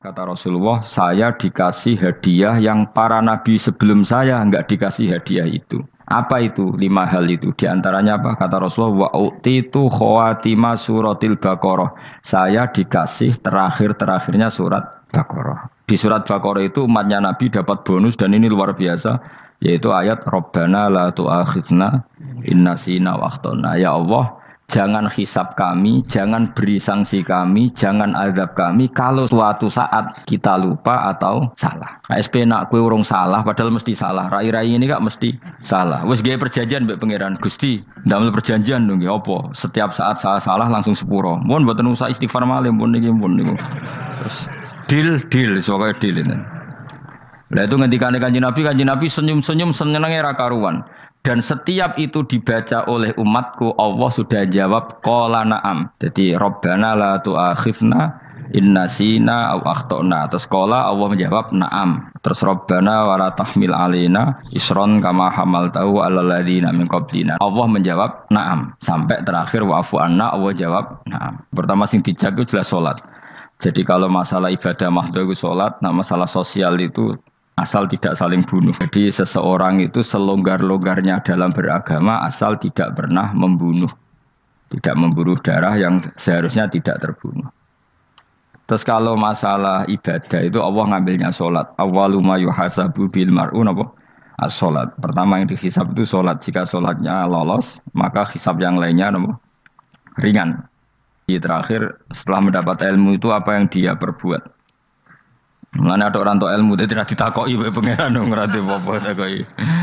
Kata Rasulullah, saya dikasih hadiah yang para nabi sebelum saya enggak dikasih hadiah itu. Apa itu? 5 hal itu. Di antaranya apa? Kata Rasulullah, wa utitu khawatima suratil Baqarah. Saya dikasih terakhir-terakhirnya surat Baqarah. Di surat Baqarah itu umatnya Nabi dapat bonus dan ini luar biasa, yaitu ayat Rabbana la tu'akhidna inna sina wa akhtana. Ya Allah, jangan hisab kami, jangan beri sanksi kami, jangan azab kami kalau suatu saat kita lupa atau salah. SP nak kue urung salah, padahal mesti salah. Rai-rai ini gak mesti salah. Wes gaya perjanjian mbek pangeran Gusti, ndamel perjanjian dong, apa? Setiap saat salah langsung sepuro. Mohon mboten usah istighfar malih pun niki pun niku. Terus deal, soalnya deal ini. Lah itu ngendikane Kanjeng Nabi senyum-senyum senenge ra karuan. Dan setiap itu dibaca oleh umatku, Allah sudah jawab qala na'am. Jadi Rabbana la tu'akhifna inna sina aw akhtana. Terus qala Allah menjawab na'am. Terus Rabbana wa la tahmil alaina isron kama hamaltahu 'alal ladzina min qablina. Allah menjawab na'am sampai terakhir wa'fu anna, Allah jawab na'am. Pertama sing dijaga jelas salat. Jadi kalau masalah ibadah mahdhu itu salat, nah masalah sosial itu asal tidak saling bunuh. Jadi seseorang itu selonggar-longgarnya dalam beragama asal tidak pernah membunuh. Tidak membunuh darah yang seharusnya tidak terbunuh. Terus kalau masalah ibadah itu Allah ngambilnya sholat. Awwalu ma yuhasabu bil mar'u napa? As-sholat. Pertama yang dihisab itu sholat. Jika sholatnya lolos, maka hisab yang lainnya napa? Ringan. Di terakhir setelah mendapat ilmu itu apa yang dia perbuat. Mulane ada orang tua ilmu tidak ditakoki wae pangeran ngerti apa takoki.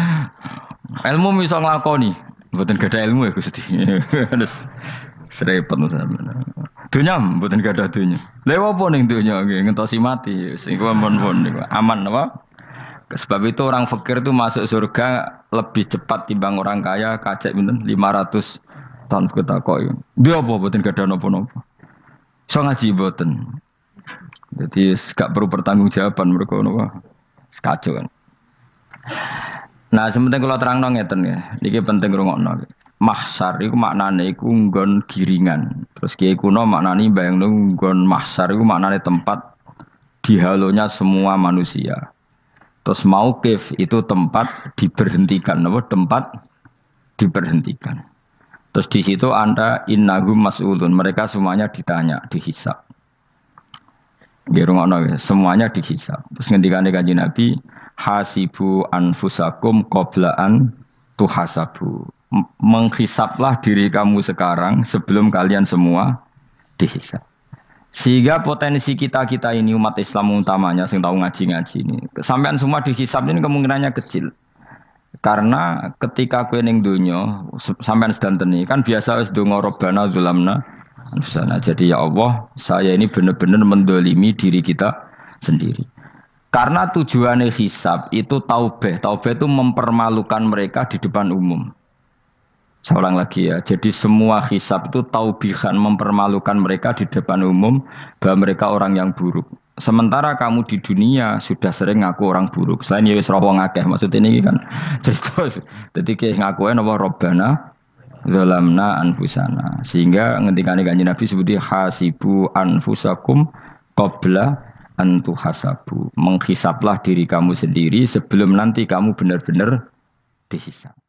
Ilmu iso nglakoni, mboten gadah ilmu ya Gusti. Terus serepet sampeyan. Dunya mboten gadah dunya. Lha apa ning dunya nggih ngentosi mati sing mon-mon niku aman apa? Sebab itu orang fakir itu masuk surga lebih cepat timbang orang kaya kacek pinten 500 tahun ketakoki. Dia apa mboten gadah napa-napa. Iso ngaji mboten. Jadi gak perlu pertanggungjawaban mereka napa sekacau kan. Nah, sementing kalau terangno ngeten ya. Niki penting rungokno. Mahsyar iku maknane iku nggon giringan. Terus kiai kuno maknane bayangno nggon mahsyar iku maknane tempat dihalonya semua manusia. Terus mauqif itu tempat diberhentikan, napa tempat diberhentikan. Terus di situ Anda innahum mas'ulun, mereka semuanya ditanya, dihisab. Semuanya dihisab. Terus ngendikane Kanjeng Nabi, hasibu anfusakum qabla an tuhasabu. Menghisablah diri kamu sekarang sebelum kalian semua dihisab. Sehingga potensi kita ini umat Islam utamanya sing tahu ngaji-ngaji ini, sampean semua dihisab ini kemungkinannya kecil. Karena ketika kowe ning donya sampean sedanteni kan biasa wis donga Rabbana zulamna anfusana. Jadi ya Allah, saya ini benar-benar mendolimi diri kita sendiri. Karena tujuannya hisab itu taubah. Taubah itu mempermalukan mereka di depan umum. Saya ulang lagi ya. Jadi semua hisab itu taubihan, mempermalukan mereka di depan umum bahwa mereka orang yang buruk. Sementara kamu di dunia sudah sering ngaku orang buruk. Selain ya wis rawong akeh, maksud ini kan cerita. Jadi kayak ngakuin apa Rabbana zalamna anfusana. Sehingga ngendikane Kanjeng Nabi sebuti hasibu anfusakum qabla an tuhasabu. Menghisablah diri kamu sendiri sebelum nanti kamu benar-benar dihisab.